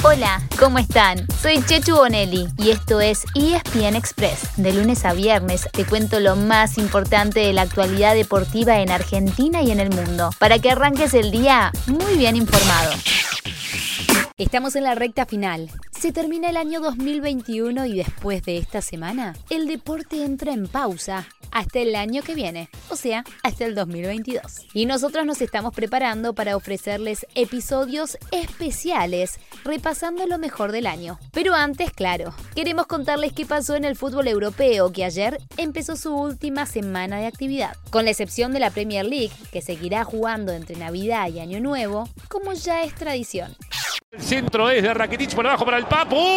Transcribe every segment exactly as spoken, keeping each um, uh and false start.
Hola, ¿cómo están? Soy Chechu Bonelli y esto es E S P N Express. De lunes a viernes te cuento lo más importante de la actualidad deportiva en Argentina y en el mundo, para que arranques el día muy bien informado. Estamos en la recta final. Se termina el año dos mil veintiuno y después de esta semana, el deporte entra en pausa hasta el año que viene, o sea, hasta el dos mil veintidós. Y nosotros nos estamos preparando para ofrecerles episodios especiales repasando lo mejor del año. Pero antes, claro, queremos contarles qué pasó en el fútbol europeo, que ayer empezó su última semana de actividad. Con la excepción de la Premier League, que seguirá jugando entre Navidad y Año Nuevo, como ya es tradición. El centro es de Rakitic por abajo para el Papu. ¡Gol!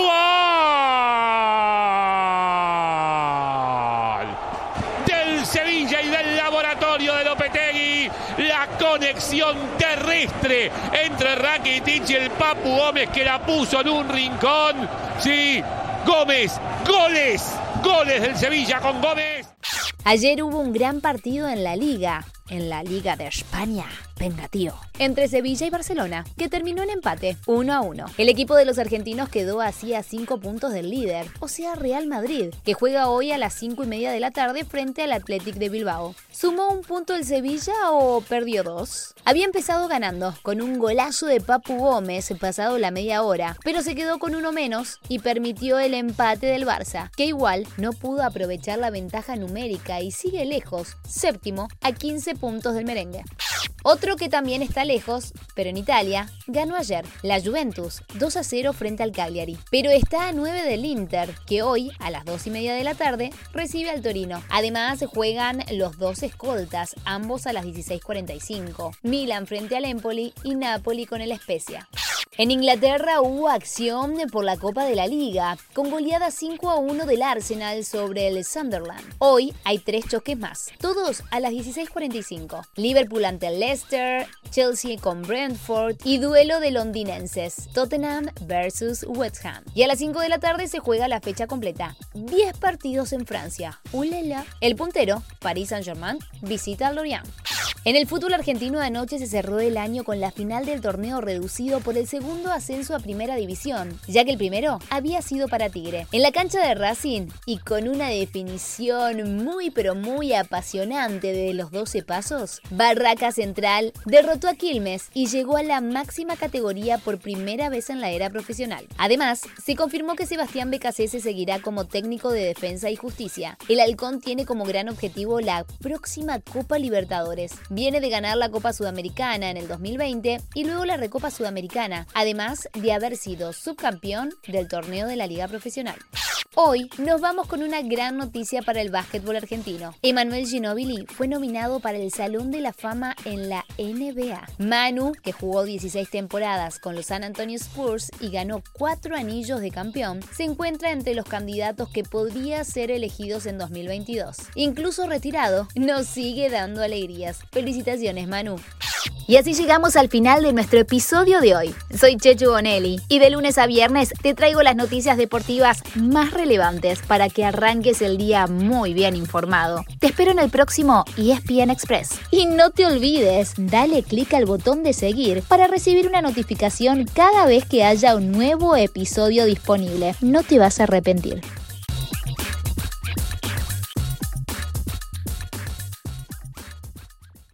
Del Sevilla y del Laboratorio de Lopetegui. La conexión terrestre entre Rakitic y el Papu Gómez, que la puso en un rincón. Sí, Gómez, goles, goles del Sevilla con Gómez. Ayer hubo un gran partido en la Liga, en la Liga de España. Venga, tío. Entre Sevilla y Barcelona, que terminó en empate, uno a uno. El equipo de los argentinos quedó así a cinco puntos del líder, o sea, Real Madrid, que juega hoy a las cinco y media de la tarde frente al Athletic de Bilbao. ¿Sumó un punto el Sevilla o perdió dos? Había empezado ganando, con un golazo de Papu Gómez pasado la media hora, pero se quedó con uno menos y permitió el empate del Barça, que igual no pudo aprovechar la ventaja numérica y sigue lejos, séptimo, a quince puntos del merengue. Otro que también está lejos, pero en Italia, ganó ayer, la Juventus, dos a cero frente al Cagliari. Pero está a nueve del Inter, que hoy, a las dos y media de la tarde, recibe al Torino. Además, juegan los dos escoltas, ambos a las dieciséis cuarenta y cinco. Milan frente al Empoli y Napoli con el Spezia. En Inglaterra hubo acción por la Copa de la Liga, con goleada cinco a uno del Arsenal sobre el Sunderland. Hoy hay tres choques más, todos a las dieciséis cuarenta y cinco. Liverpool ante el Leicester, Chelsea con Brentford y duelo de londinenses, Tottenham versus West Ham. Y a las cinco de la tarde se juega la fecha completa, diez partidos en Francia. ¡Ulala! El puntero, Paris Saint-Germain, visita a Lorient. En el fútbol argentino anoche se cerró el año con la final del torneo reducido por el segundo ascenso a Primera División, ya que el primero había sido para Tigre. En la cancha de Racing, y con una definición muy pero muy apasionante de los doce pasos, Barraca Central derrotó a Quilmes y llegó a la máxima categoría por primera vez en la era profesional. Además, se confirmó que Sebastián Becasese seguirá como técnico de Defensa y Justicia. El Halcón tiene como gran objetivo la próxima Copa Libertadores. Viene de ganar la Copa Sudamericana en el dos mil veinte y luego la Recopa Sudamericana, además de haber sido subcampeón del torneo de la Liga Profesional. Hoy nos vamos con una gran noticia para el básquetbol argentino. Emmanuel Ginóbili fue nominado para el Salón de la Fama en la N B A. Manu, que jugó dieciséis temporadas con los San Antonio Spurs y ganó cuatro anillos de campeón, se encuentra entre los candidatos que podría ser elegidos en dos mil veintidós. Incluso retirado, nos sigue dando alegrías. Felicitaciones, Manu. Y así llegamos al final de nuestro episodio de hoy. Soy Chechu Bonelli y de lunes a viernes te traigo las noticias deportivas más relevantes para que arranques el día muy bien informado. Te espero en el próximo E S P N Express. Y no te olvides, dale clic al botón de seguir para recibir una notificación cada vez que haya un nuevo episodio disponible. No te vas a arrepentir.